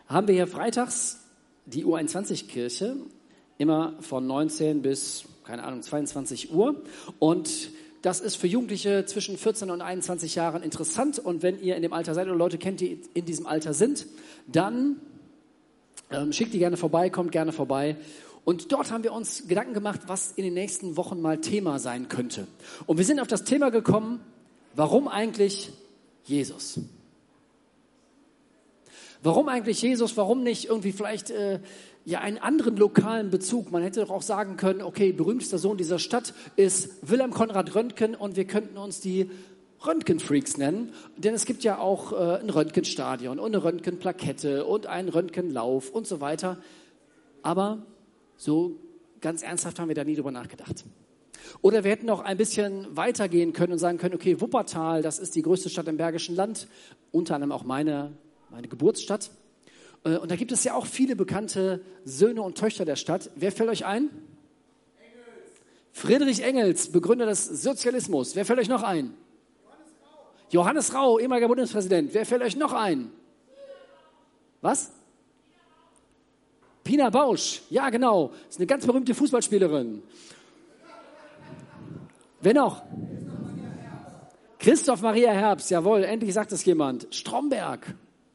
haben wir hier freitags die U21-Kirche, immer von 19 bis, 22 Uhr. Und das ist für Jugendliche zwischen 14 und 21 Jahren interessant. Und wenn ihr in dem Alter seid oder Leute kennt, die in diesem Alter sind, dann schickt die gerne vorbei, kommt gerne vorbei. Und dort haben wir uns Gedanken gemacht, was in den nächsten Wochen mal Thema sein könnte. Und wir sind auf das Thema gekommen, warum eigentlich Jesus? Warum eigentlich Jesus? Warum nicht irgendwie vielleicht einen anderen lokalen Bezug? Man hätte doch auch sagen können, okay, berühmtester Sohn dieser Stadt ist Wilhelm Konrad Röntgen und wir könnten uns die Röntgenfreaks nennen, denn es gibt ja auch ein Röntgenstadion und eine Röntgenplakette und einen Röntgenlauf und so weiter. Aber so ganz ernsthaft haben wir da nie drüber nachgedacht. Oder wir hätten auch ein bisschen weitergehen können und sagen können, okay, Wuppertal, das ist die größte Stadt im Bergischen Land, unter anderem auch meine Geburtsstadt. Und da gibt es ja auch viele bekannte Söhne und Töchter der Stadt. Wer fällt euch ein? Engels. Friedrich Engels, Begründer des Sozialismus. Wer fällt euch noch ein? Johannes Rau, ehemaliger Bundespräsident. Wer fällt euch noch ein? Was? Pina Bausch. Ja, genau. Ist eine ganz berühmte Fußballspielerin. Wer noch? Christoph Maria Herbst. Jawohl, endlich sagt es jemand. Stromberg.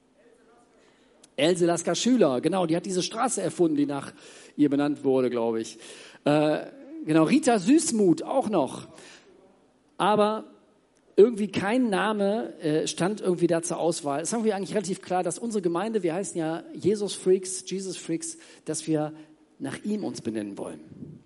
Else Lasker Schüler, genau, die hat diese Straße erfunden, die nach ihr benannt wurde, glaube ich. Genau, Rita Süßmuth auch noch. Aber irgendwie kein Name stand irgendwie da zur Auswahl. Es ist irgendwie eigentlich relativ klar, dass unsere Gemeinde, wir heißen ja Jesus Freaks, dass wir nach ihm uns benennen wollen.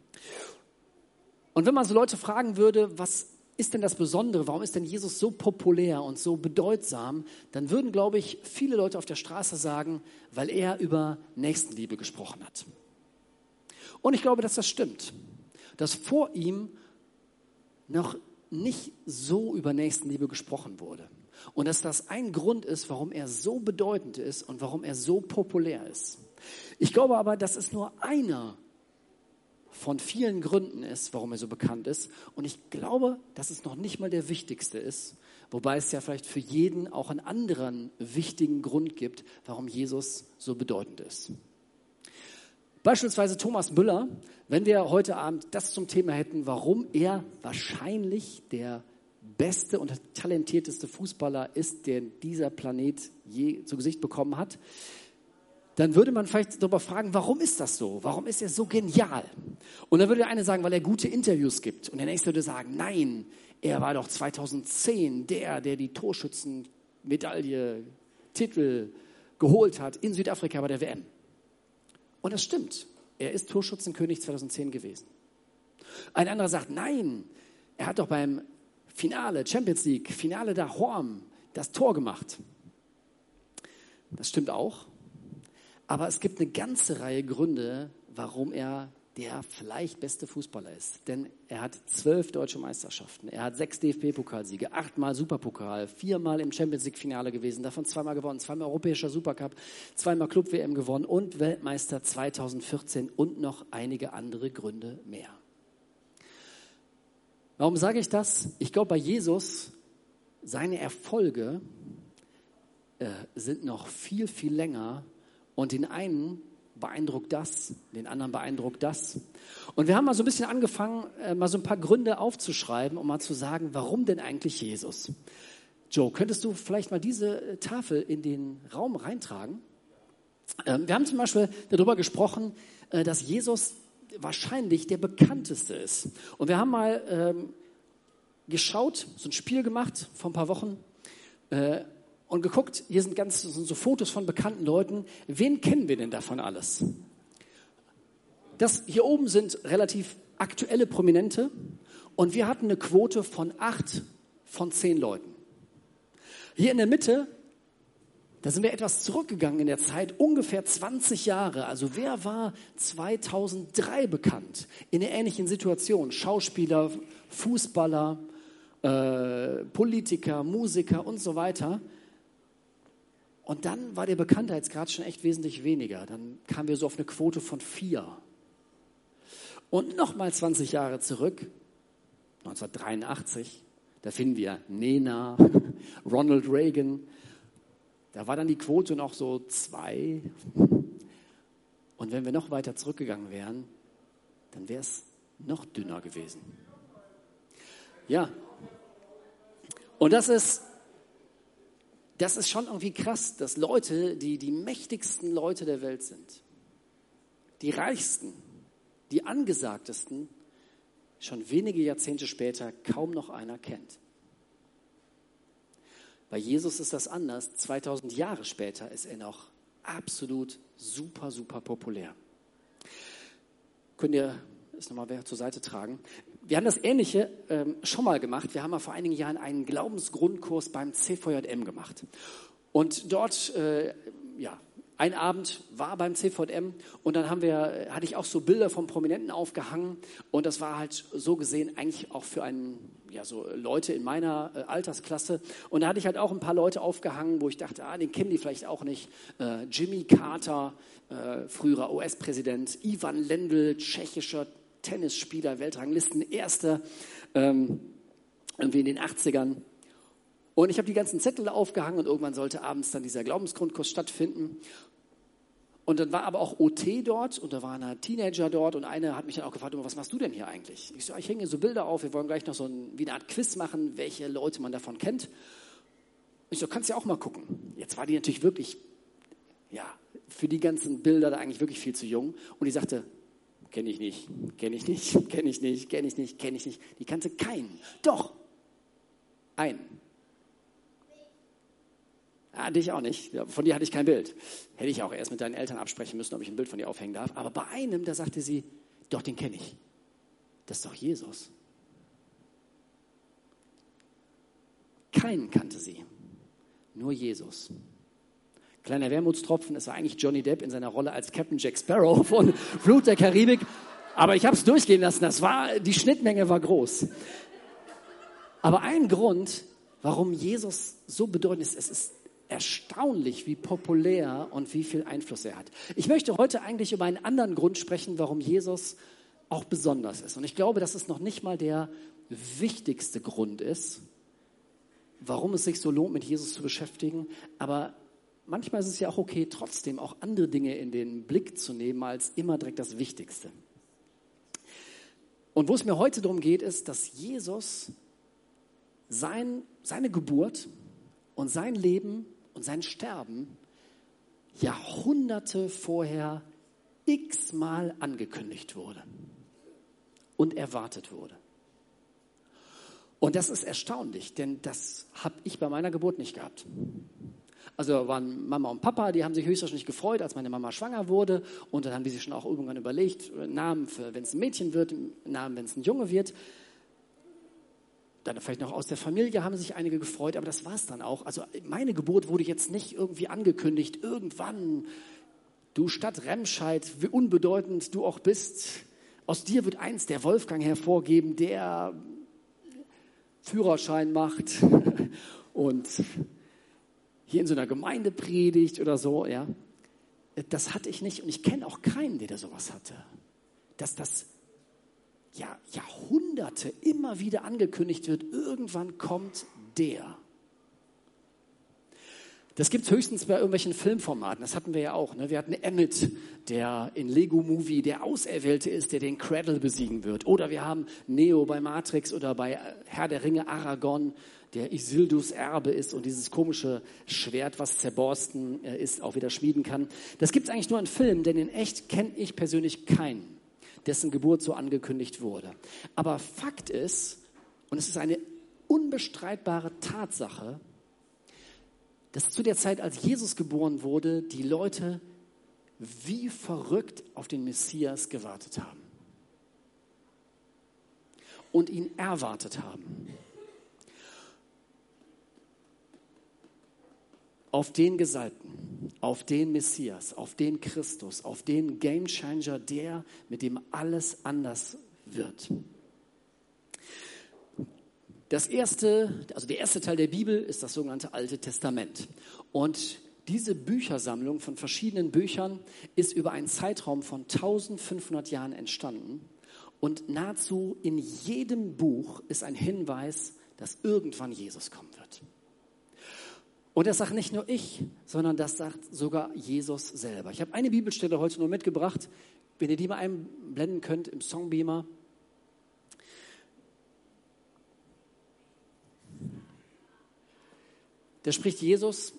Und wenn man so Leute fragen würde, was ist denn das Besondere, warum ist denn Jesus so populär und so bedeutsam, dann würden, glaube ich, viele Leute auf der Straße sagen, weil er über Nächstenliebe gesprochen hat. Und ich glaube, dass das stimmt, dass vor ihm noch nicht so über Nächstenliebe gesprochen wurde. Und dass das ein Grund ist, warum er so bedeutend ist und warum er so populär ist. Ich glaube aber, dass es nur einer von vielen Gründen ist, warum er so bekannt ist. Und ich glaube, dass es noch nicht mal der wichtigste ist, wobei es ja vielleicht für jeden auch einen anderen wichtigen Grund gibt, warum Jesus so bedeutend ist. Beispielsweise Thomas Müller, wenn wir heute Abend das zum Thema hätten, warum er wahrscheinlich der beste und talentierteste Fußballer ist, den dieser Planet je zu Gesicht bekommen hat, dann würde man vielleicht darüber fragen, warum ist das so? Warum ist er so genial? Und dann würde der eine sagen, weil er gute Interviews gibt. Und der nächste würde sagen, nein, er war doch 2010 der die Torschützenmedaille, Titel geholt hat in Südafrika bei der WM. Und das stimmt. Er ist Torschützenkönig 2010 gewesen. Ein anderer sagt, nein, er hat doch beim Finale, Champions League, Finale da Horm, das Tor gemacht. Das stimmt auch. Aber es gibt eine ganze Reihe Gründe, warum er der vielleicht beste Fußballer ist. Denn er hat 12 deutsche Meisterschaften, er hat 6 DFB-Pokalsiege, 8-mal Superpokal, 4-mal im Champions-League-Finale gewesen, davon 2-mal gewonnen, 2-mal Europäischer Supercup, 2-mal Club-WM gewonnen und Weltmeister 2014 und noch einige andere Gründe mehr. Warum sage ich das? Ich glaube, bei Jesus, seine Erfolge sind noch viel, viel länger. Und den einen beeindruckt das, den anderen beeindruckt das. Und wir haben mal so ein bisschen angefangen, mal so ein paar Gründe aufzuschreiben, um mal zu sagen, warum denn eigentlich Jesus? Joe, könntest du vielleicht mal diese Tafel in den Raum reintragen? Wir haben zum Beispiel darüber gesprochen, dass Jesus wahrscheinlich der bekannteste ist. Und wir haben mal geschaut, so ein Spiel gemacht vor ein paar Wochen, und geguckt, hier sind so Fotos von bekannten Leuten. Wen kennen wir denn davon alles? Das hier oben sind relativ aktuelle Prominente und wir hatten eine Quote von 8 von 10 Leuten. Hier in der Mitte, da sind wir etwas zurückgegangen in der Zeit, ungefähr 20 Jahre. Also wer war 2003 bekannt in einer ähnlichen Situation? Schauspieler, Fußballer, Politiker, Musiker und so weiter. Und dann war der Bekanntheitsgrad schon echt wesentlich weniger. Dann kamen wir so auf eine Quote von 4. Und nochmal 20 Jahre zurück, 1983, da finden wir Nena, Ronald Reagan. Da war dann die Quote noch so 2. Und wenn wir noch weiter zurückgegangen wären, dann wäre es noch dünner gewesen. Ja. Und das ist schon irgendwie krass, dass Leute, die mächtigsten Leute der Welt sind, die reichsten, die angesagtesten, schon wenige Jahrzehnte später kaum noch einer kennt. Bei Jesus ist das anders. 2000 Jahre später ist er noch absolut super, super populär. Könnt ihr das nochmal zur Seite tragen? Wir haben das Ähnliche schon mal gemacht. Wir haben mal vor einigen Jahren einen Glaubensgrundkurs beim CVJM gemacht. Und dort, ein Abend war beim CVJM und dann hatte ich auch so Bilder von Prominenten aufgehangen und das war halt so gesehen eigentlich auch für so Leute in meiner Altersklasse. Und da hatte ich halt auch ein paar Leute aufgehangen, wo ich dachte, den kennen die vielleicht auch nicht. Jimmy Carter, früherer US-Präsident, Ivan Lendl, tschechischer Tennisspieler, Weltranglisten-Erster, irgendwie in den 80ern. Und ich habe die ganzen Zettel aufgehangen und irgendwann sollte abends dann dieser Glaubensgrundkurs stattfinden. Und dann war aber auch OT dort und da waren halt Teenager dort und eine hat mich dann auch gefragt, was machst du denn hier eigentlich? Ich so, ich hänge so Bilder auf, wir wollen gleich noch wie eine Art Quiz machen, welche Leute man davon kennt. Ich so, kannst ja auch mal gucken. Jetzt war die natürlich wirklich, für die ganzen Bilder da eigentlich wirklich viel zu jung. Und die sagte, kenne ich nicht. Die kannte keinen. Doch, einen. Dich auch nicht. Von dir hatte ich kein Bild. Hätte ich auch erst mit deinen Eltern absprechen müssen, ob ich ein Bild von dir aufhängen darf. Aber bei einem, da sagte sie, doch, den kenne ich. Das ist doch Jesus. Keinen kannte sie. Nur Jesus. Kleiner Wermutstropfen, es war eigentlich Johnny Depp in seiner Rolle als Captain Jack Sparrow von Flut der Karibik. Aber ich habe es durchgehen lassen. Die Schnittmenge war groß. Aber ein Grund, warum Jesus so bedeutend ist, es ist erstaunlich, wie populär und wie viel Einfluss er hat. Ich möchte heute eigentlich über einen anderen Grund sprechen, warum Jesus auch besonders ist. Und ich glaube, dass es noch nicht mal der wichtigste Grund ist, warum es sich so lohnt, mit Jesus zu beschäftigen. Aber manchmal ist es ja auch okay, trotzdem auch andere Dinge in den Blick zu nehmen, als immer direkt das Wichtigste. Und wo es mir heute darum geht, ist, dass Jesus seine Geburt und sein Leben und sein Sterben Jahrhunderte vorher x-mal angekündigt wurde und erwartet wurde. Und das ist erstaunlich, denn das habe ich bei meiner Geburt nicht gehabt. Also waren Mama und Papa, die haben sich höchstwahrscheinlich gefreut, als meine Mama schwanger wurde. Und dann haben die sich schon auch irgendwann überlegt, Namen für, wenn es ein Mädchen wird, Namen, wenn es ein Junge wird. Dann vielleicht noch aus der Familie haben sich einige gefreut, aber das war es dann auch. Also meine Geburt wurde jetzt nicht irgendwie angekündigt. Irgendwann, du Stadt Remscheid, wie unbedeutend du auch bist, aus dir wird einst der Wolfgang hervorgehen, der Führerschein macht und hier in so einer Gemeinde predigt oder so. Ja. Das hatte ich nicht und ich kenne auch keinen, der sowas hatte. Dass das Jahrhunderte immer wieder angekündigt wird, irgendwann kommt der. Das gibt es höchstens bei irgendwelchen Filmformaten, das hatten wir ja auch. Ne? Wir hatten Emmett, der in Lego Movie der Auserwählte ist, der den Cradle besiegen wird. Oder wir haben Neo bei Matrix oder bei Herr der Ringe Aragorn, der Isildurs Erbe ist und dieses komische Schwert, was zerborsten ist, auch wieder schmieden kann. Das gibt es eigentlich nur in Filmen, denn in echt kenne ich persönlich keinen, dessen Geburt so angekündigt wurde. Aber Fakt ist, und es ist eine unbestreitbare Tatsache, dass zu der Zeit, als Jesus geboren wurde, die Leute wie verrückt auf den Messias gewartet haben und ihn erwartet haben. Auf den Gesalbten, auf den Messias, auf den Christus, auf den Gamechanger, der, mit dem alles anders wird. Der erste Teil der Bibel ist das sogenannte Alte Testament. Und diese Büchersammlung von verschiedenen Büchern ist über einen Zeitraum von 1500 Jahren entstanden. Und nahezu in jedem Buch ist ein Hinweis, dass irgendwann Jesus kommen wird. Und das sagt nicht nur ich, sondern das sagt sogar Jesus selber. Ich habe eine Bibelstelle heute nur mitgebracht, wenn ihr die mal einblenden könnt im Songbeamer. Da spricht Jesus,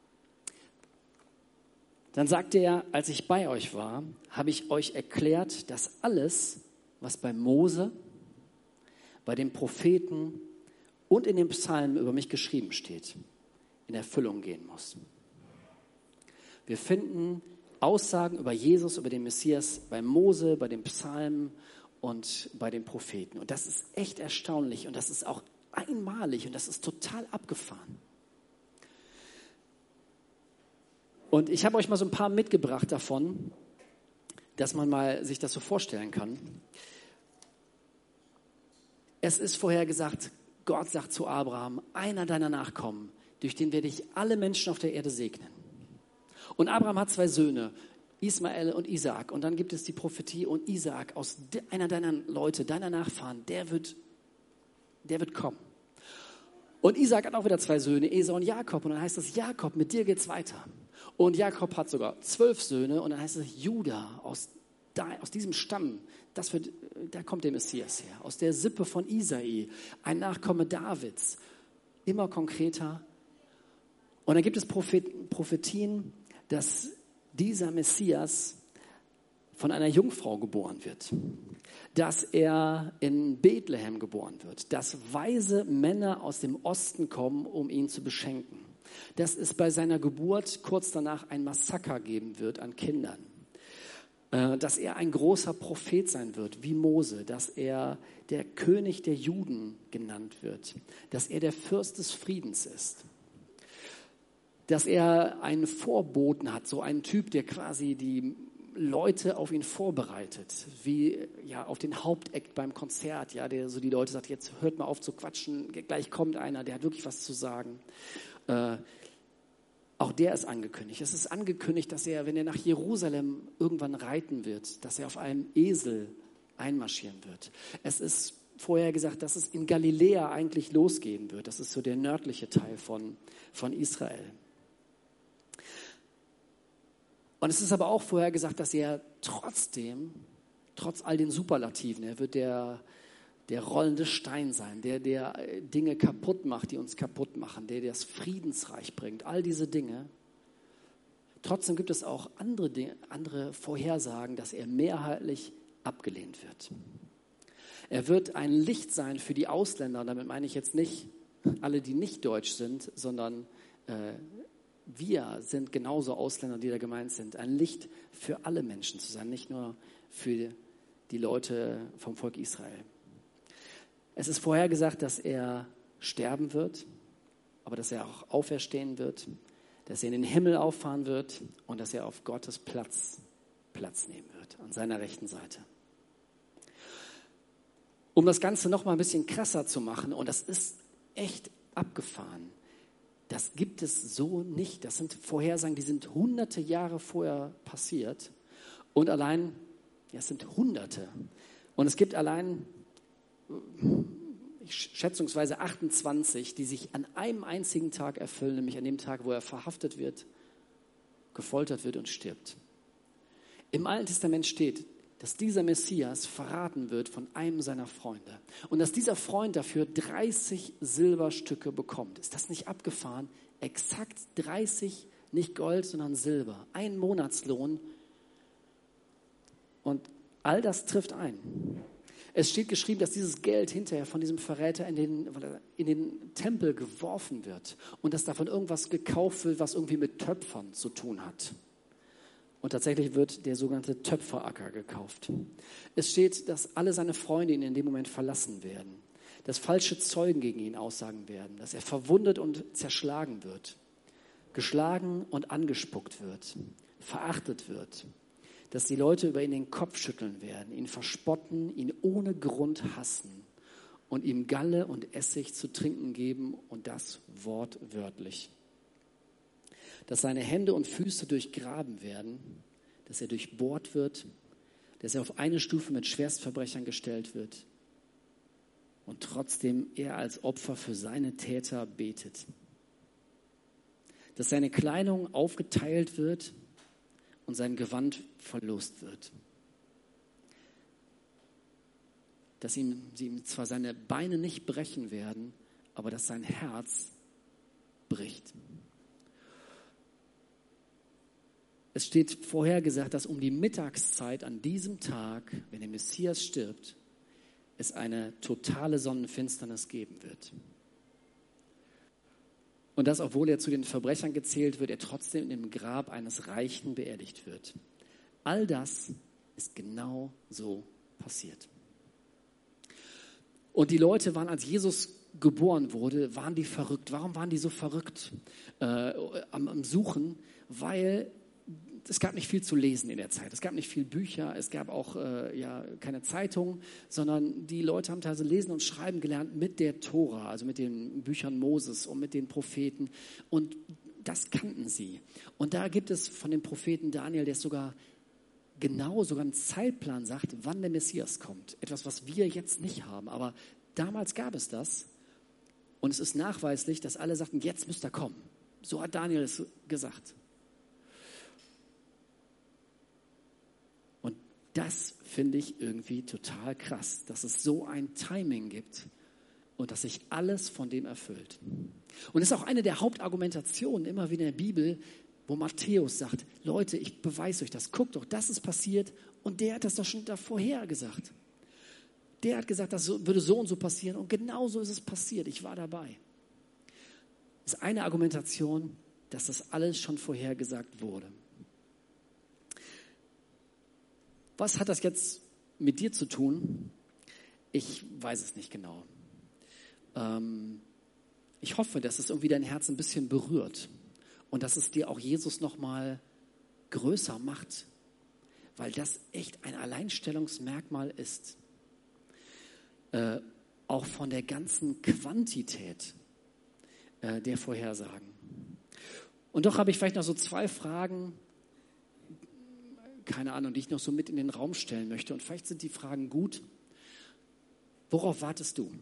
dann sagte er, als ich bei euch war, habe ich euch erklärt, dass alles, was bei Mose, bei den Propheten und in den Psalmen über mich geschrieben steht, in Erfüllung gehen muss. Wir finden Aussagen über Jesus, über den Messias bei Mose, bei den Psalmen und bei den Propheten. Und das ist echt erstaunlich und das ist auch einmalig und das ist total abgefahren. Und ich habe euch mal so ein paar mitgebracht davon, dass man mal sich das so vorstellen kann. Es ist vorhergesagt, Gott sagt zu Abraham, einer deiner Nachkommen, durch den werde ich alle Menschen auf der Erde segnen. Und Abraham hat 2 Söhne, Ismael und Isaak. Und dann gibt es die Prophetie und Isaak, aus einer deiner Leute, deiner Nachfahren, der wird kommen. Und Isaak hat auch wieder 2 Söhne, Esau und Jakob. Und dann heißt es, Jakob, mit dir geht's weiter. Und Jakob hat sogar 12 Söhne. Und dann heißt es, Juda, aus diesem Stamm, da kommt der Messias her. Aus der Sippe von Isai, ein Nachkomme Davids. Immer konkreter. Und dann gibt es Prophetien, dass dieser Messias von einer Jungfrau geboren wird. Dass er in Bethlehem geboren wird. Dass weise Männer aus dem Osten kommen, um ihn zu beschenken. Dass es bei seiner Geburt kurz danach ein Massaker geben wird an Kindern. Dass er ein großer Prophet sein wird, wie Mose. Dass er der König der Juden genannt wird. Dass er der Fürst des Friedens ist. Dass er einen Vorboten hat, so einen Typ, der quasi die Leute auf ihn vorbereitet, wie ja auf den Hauptakt beim Konzert, ja, der so die Leute sagt, jetzt hört mal auf zu quatschen, gleich kommt einer, der hat wirklich was zu sagen. Auch der ist angekündigt. Es ist angekündigt, dass er, wenn er nach Jerusalem irgendwann reiten wird, dass er auf einem Esel einmarschieren wird. Es ist vorher gesagt, dass es in Galiläa eigentlich losgehen wird. Das ist so der nördliche Teil von Israel. Und es ist aber auch vorher gesagt, dass er trotzdem, trotz all den Superlativen, er wird der rollende Stein sein, der Dinge kaputt macht, die uns kaputt machen, der das Friedensreich bringt, all diese Dinge. Trotzdem gibt es auch andere Vorhersagen, dass er mehrheitlich abgelehnt wird. Er wird ein Licht sein für die Ausländer, und damit meine ich jetzt nicht alle, die nicht deutsch sind, sondern wir sind genauso Ausländer, die da gemeint sind. Ein Licht für alle Menschen zu sein, nicht nur für die Leute vom Volk Israel. Es ist vorhergesagt, dass er sterben wird, aber dass er auch auferstehen wird, dass er in den Himmel auffahren wird und dass er auf Gottes Platz nehmen wird, an seiner rechten Seite. Um das Ganze noch mal ein bisschen krasser zu machen, und das ist echt abgefahren, das gibt es so nicht. Das sind Vorhersagen, die sind hunderte Jahre vorher passiert. Und allein, ja, es sind Hunderte. Und es gibt allein, schätzungsweise 28, die sich an einem einzigen Tag erfüllen, nämlich an dem Tag, wo er verhaftet wird, gefoltert wird und stirbt. Im Alten Testament steht, dass dieser Messias verraten wird von einem seiner Freunde. Und dass dieser Freund dafür 30 Silberstücke bekommt. Ist das nicht abgefahren? Exakt 30, nicht Gold, sondern Silber. Ein Monatslohn. Und all das trifft ein. Es steht geschrieben, dass dieses Geld hinterher von diesem Verräter in den Tempel geworfen wird. Und dass davon irgendwas gekauft wird, was irgendwie mit Töpfern zu tun hat. Und tatsächlich wird der sogenannte Töpferacker gekauft. Es steht, dass alle seine Freunde ihn in dem Moment verlassen werden. Dass falsche Zeugen gegen ihn aussagen werden. Dass er verwundet und zerschlagen wird. Geschlagen und angespuckt wird. Verachtet wird. Dass die Leute über ihn den Kopf schütteln werden. Ihn verspotten, ihn ohne Grund hassen. Und ihm Galle und Essig zu trinken geben. Und das wortwörtlich. Dass seine Hände und Füße durchgraben werden, dass er durchbohrt wird, dass er auf eine Stufe mit Schwerstverbrechern gestellt wird und trotzdem er als Opfer für seine Täter betet. dass seine Kleidung aufgeteilt wird und sein Gewand verlost wird. Dass sie ihm zwar seine Beine nicht brechen werden, aber dass sein Herz bricht. Es steht vorhergesagt, dass um die Mittagszeit an diesem Tag, wenn der Messias stirbt, es eine totale Sonnenfinsternis geben wird. Und dass, obwohl er zu den Verbrechern gezählt wird, er trotzdem in dem Grab eines Reichen beerdigt wird. All das ist genau so passiert. Und die Leute waren, als Jesus geboren wurde, waren die verrückt. Warum waren die so verrückt am Suchen? Weil es gab nicht viel zu lesen in der Zeit. Es gab nicht viel Bücher, es gab auch keine Zeitung, sondern die Leute haben teilweise lesen und schreiben gelernt mit der Tora, also mit den Büchern Moses und mit den Propheten. Und das kannten sie. Und da gibt es von dem Propheten Daniel, der sogar einen Zeitplan sagt, wann der Messias kommt. Etwas, was wir jetzt nicht haben. Aber damals gab es das. Und es ist nachweislich, dass alle sagten, jetzt müsste er kommen. So hat Daniel es gesagt. Und das finde ich irgendwie total krass, dass es so ein Timing gibt und dass sich alles von dem erfüllt. Und es ist auch eine der Hauptargumentationen immer wieder in der Bibel, wo Matthäus sagt, Leute, ich beweise euch das. Guckt doch, das ist passiert und der hat das doch schon vorher gesagt. Der hat gesagt, das würde so und so passieren und genau so ist es passiert. Ich war dabei. Das ist eine Argumentation, dass das alles schon vorhergesagt wurde. Was hat das jetzt mit dir zu tun? Ich weiß es nicht genau. Ich hoffe, dass es irgendwie dein Herz ein bisschen berührt und dass es dir auch Jesus noch mal größer macht, weil das echt ein Alleinstellungsmerkmal ist. Auch von der ganzen Quantität der Vorhersagen. Und doch habe ich vielleicht noch so 2 Fragen, keine Ahnung, die ich noch so mit in den Raum stellen möchte. Und vielleicht sind die Fragen gut. Worauf wartest du?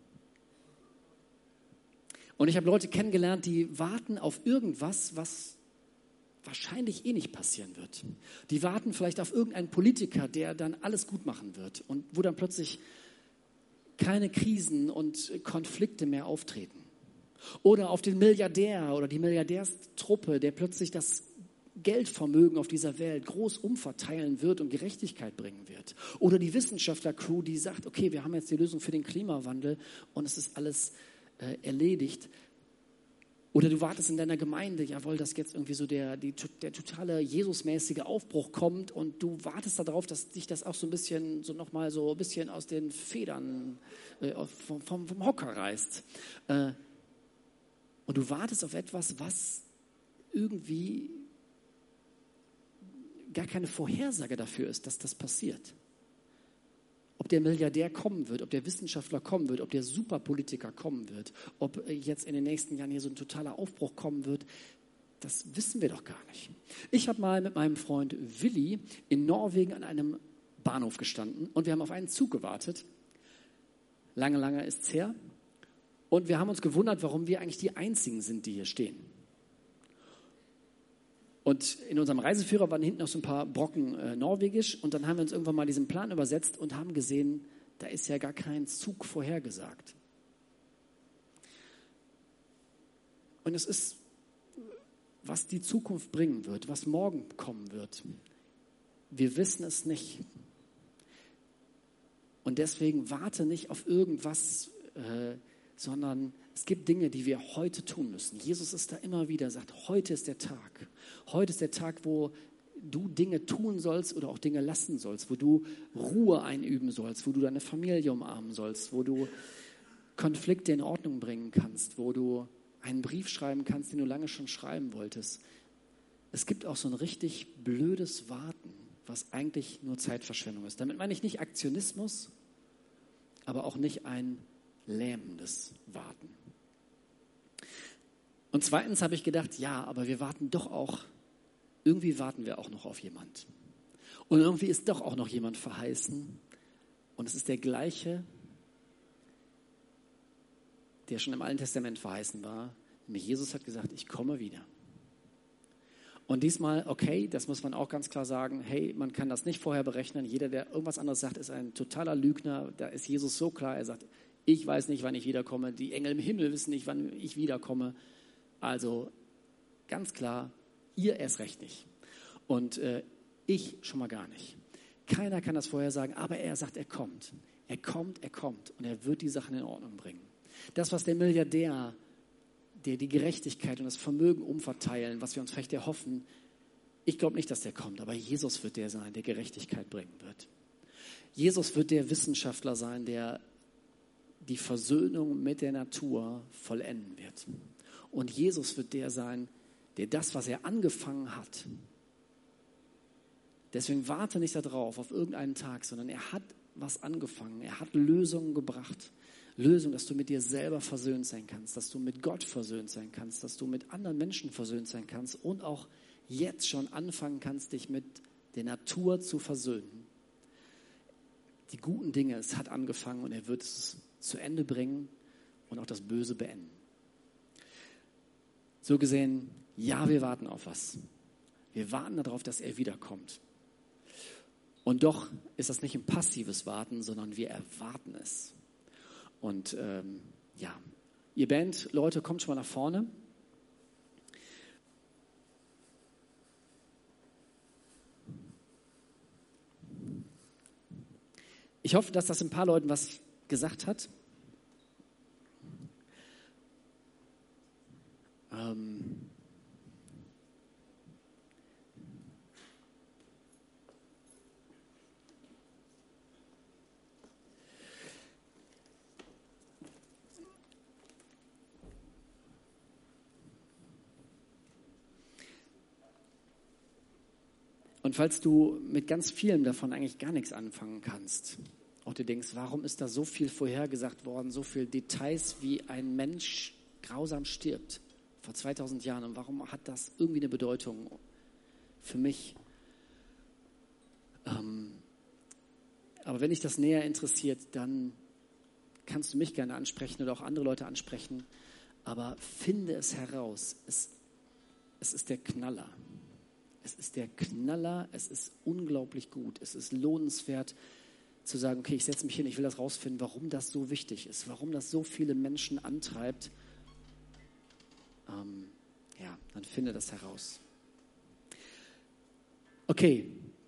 Und ich habe Leute kennengelernt, die warten auf irgendwas, was wahrscheinlich eh nicht passieren wird. Die warten vielleicht auf irgendeinen Politiker, der dann alles gut machen wird und wo dann plötzlich keine Krisen und Konflikte mehr auftreten. Oder auf den Milliardär oder die Milliardärstruppe, der plötzlich das Geldvermögen auf dieser Welt groß umverteilen wird und Gerechtigkeit bringen wird. Oder die Wissenschaftler-Crew, die sagt, okay, wir haben jetzt die Lösung für den Klimawandel und es ist alles erledigt. Oder du wartest in deiner Gemeinde, jawohl, dass jetzt irgendwie so der totale Jesusmäßige Aufbruch kommt und du wartest darauf, dass dich das auch so ein bisschen, so nochmal so ein bisschen aus den Federn vom Hocker reißt. Und du wartest auf etwas, was irgendwie gar keine Vorhersage dafür ist, dass das passiert. Ob der Milliardär kommen wird, ob der Wissenschaftler kommen wird, ob der Superpolitiker kommen wird, ob jetzt in den nächsten Jahren hier so ein totaler Aufbruch kommen wird, das wissen wir doch gar nicht. Ich habe mal mit meinem Freund Willi in Norwegen an einem Bahnhof gestanden und wir haben auf einen Zug gewartet. Lange ist es her. Und wir haben uns gewundert, warum wir eigentlich die Einzigen sind, die hier stehen. Und in unserem Reiseführer waren hinten noch so ein paar Brocken Norwegisch. Und dann haben wir uns irgendwann mal diesen Plan übersetzt und haben gesehen, da ist ja gar kein Zug vorhergesagt. Und es ist, was die Zukunft bringen wird, was morgen kommen wird. Wir wissen es nicht. Und deswegen warte nicht auf irgendwas, sondern es gibt Dinge, die wir heute tun müssen. Jesus ist da immer wieder, sagt, heute ist der Tag. Heute ist der Tag, wo du Dinge tun sollst oder auch Dinge lassen sollst, wo du Ruhe einüben sollst, wo du deine Familie umarmen sollst, wo du Konflikte in Ordnung bringen kannst, wo du einen Brief schreiben kannst, den du lange schon schreiben wolltest. Es gibt auch so ein richtig blödes Warten, was eigentlich nur Zeitverschwendung ist. Damit meine ich nicht Aktionismus, aber auch nicht ein lähmendes Warten. Und zweitens habe ich gedacht, ja, aber wir warten doch auch, irgendwie warten wir auch noch auf jemand. Und irgendwie ist doch auch noch jemand verheißen. Und es ist der gleiche, der schon im Alten Testament verheißen war. Nämlich Jesus hat gesagt, ich komme wieder. Und diesmal, okay, das muss man auch ganz klar sagen, hey, man kann das nicht vorher berechnen. Jeder, der irgendwas anderes sagt, ist ein totaler Lügner. Da ist Jesus so klar, er sagt, ich weiß nicht, wann ich wiederkomme. Die Engel im Himmel wissen nicht, wann ich wiederkomme. Also ganz klar, ihr erst recht nicht. Und ich schon mal gar nicht. Keiner kann das vorher sagen, aber er sagt, er kommt. Er kommt, er kommt und er wird die Sachen in Ordnung bringen. Das, was der Milliardär, der die Gerechtigkeit und das Vermögen umverteilen, was wir uns vielleicht erhoffen, ich glaube nicht, dass der kommt, aber Jesus wird der sein, der Gerechtigkeit bringen wird. Jesus wird der Wissenschaftler sein, der die Versöhnung mit der Natur vollenden wird. Und Jesus wird der sein, der das, was er angefangen hat, deswegen warte nicht darauf, auf irgendeinen Tag, sondern er hat was angefangen. Er hat Lösungen gebracht. Lösungen, dass du mit dir selber versöhnt sein kannst, dass du mit Gott versöhnt sein kannst, dass du mit anderen Menschen versöhnt sein kannst und auch jetzt schon anfangen kannst, dich mit der Natur zu versöhnen. Die guten Dinge, es hat angefangen und er wird es zu Ende bringen und auch das Böse beenden. So gesehen, ja, wir warten auf was. Wir warten darauf, dass er wiederkommt. Und doch ist das nicht ein passives Warten, sondern wir erwarten es. Und ja, ihr Band, Leute, kommt schon mal nach vorne. Ich hoffe, dass das ein paar Leuten was gesagt hat. Und falls du mit ganz vielem davon eigentlich gar nichts anfangen kannst, auch du denkst, warum ist da so viel vorhergesagt worden, so viele Details, wie ein Mensch grausam stirbt vor 2000 Jahren und warum hat das irgendwie eine Bedeutung für mich? Aber wenn dich das näher interessiert, dann kannst du mich gerne ansprechen oder auch andere Leute ansprechen, aber finde es heraus. Es ist der Knaller. Es ist der Knaller, es ist unglaublich gut, es ist lohnenswert zu sagen, okay, ich setze mich hin, ich will das rausfinden, warum das so wichtig ist, warum das so viele Menschen antreibt. Ja, dann finde das heraus. Okay,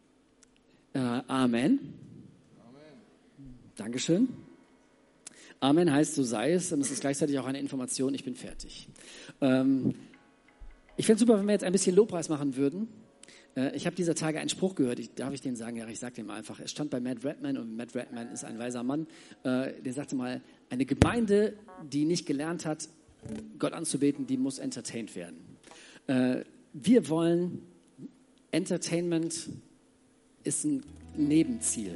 Amen. Dankeschön. Amen heißt, so sei es, und es ist gleichzeitig auch eine Information, ich bin fertig. Ich fände es super, wenn wir jetzt ein bisschen Lobpreis machen würden. Ich habe dieser Tage einen Spruch gehört, darf ich den sagen? Ja, ich sage den mal einfach. Er stand bei Matt Redman und Matt Redman ist ein weiser Mann. Der sagte mal, eine Gemeinde, die nicht gelernt hat, Gott anzubeten, die muss entertained werden. Wir wollen, Entertainment ist ein Nebenziel.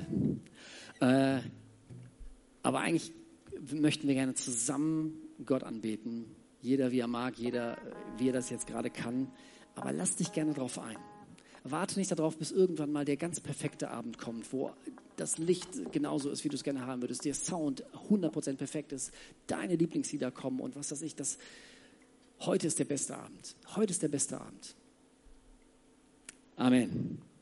Aber eigentlich möchten wir gerne zusammen Gott anbeten. Jeder, wie er mag, jeder, wie er das jetzt gerade kann. Aber lass dich gerne drauf ein. Warte nicht darauf, bis irgendwann mal der ganz perfekte Abend kommt, wo das Licht genauso ist, wie du es gerne haben würdest, der Sound 100% perfekt ist, deine Lieblingslieder kommen und was weiß ich. Heute ist der beste Abend. Heute ist der beste Abend. Amen.